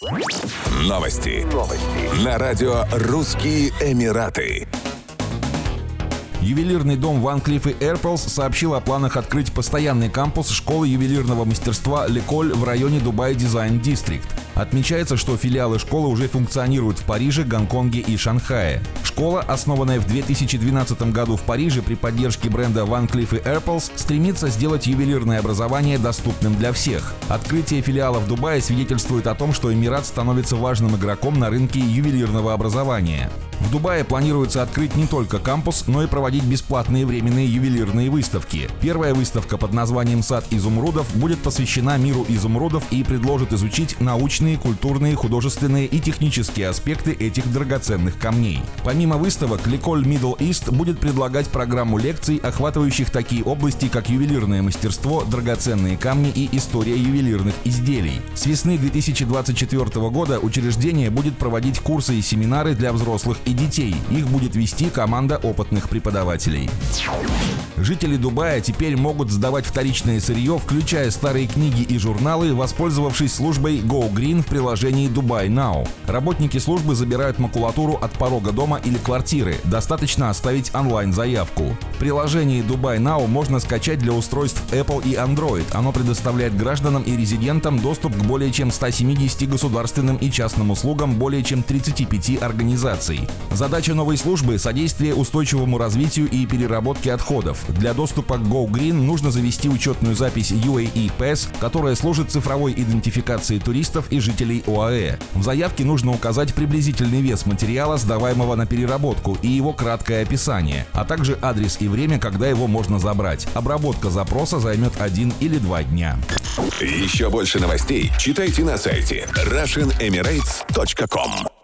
Новости. На радио «Русские Эмираты». Ювелирный дом Van Cleef & Arpels сообщил о планах открыть постоянный кампус школы ювелирного мастерства «Леколь» в районе Дубай Дизайн Дистрикт. Отмечается, что филиалы школы уже функционируют в Париже, Гонконге и Шанхае. Школа, основанная в 2012 году в Париже при поддержке бренда Van Cleef & Arpels, стремится сделать ювелирное образование доступным для всех. Открытие филиала в Дубае свидетельствует о том, что Эмират становится важным игроком на рынке ювелирного образования. В Дубае планируется открыть не только кампус, но и проводить бесплатные временные ювелирные выставки. Первая выставка под названием «Сад изумрудов» будет посвящена миру изумрудов и предложит изучить научные, культурные, художественные и технические аспекты этих драгоценных камней. Помимо выставок, Леколь Middle East будет предлагать программу лекций, охватывающих такие области, как ювелирное мастерство, драгоценные камни и история ювелирных изделий. С весны 2024 года учреждение будет проводить курсы и семинары для взрослых и детей. Их будет вести команда опытных преподавателей. Жители Дубая теперь могут сдавать вторичное сырье, включая старые книги и журналы, воспользовавшись службой Go Green в приложении Dubai Now. Работники службы забирают макулатуру от порога дома или квартиры. Достаточно оставить онлайн-заявку. Приложение Dubai Now можно скачать для устройств Apple и Android. Оно предоставляет гражданам и резидентам доступ к более чем 170 государственным и частным услугам более чем 35 организаций. Задача новой службы – содействие устойчивому развитию и переработке отходов. Для доступа к Go Green нужно завести учетную запись UAE Pass, которая служит цифровой идентификацией туристов и жителей ОАЭ. В заявке нужно указать приблизительный вес материала, сдаваемого на переработку, и его краткое описание, а также адрес и время, когда его можно забрать. Обработка запроса займет 1 или 2 дня. Еще больше новостей читайте на сайте RussianEmirates.com.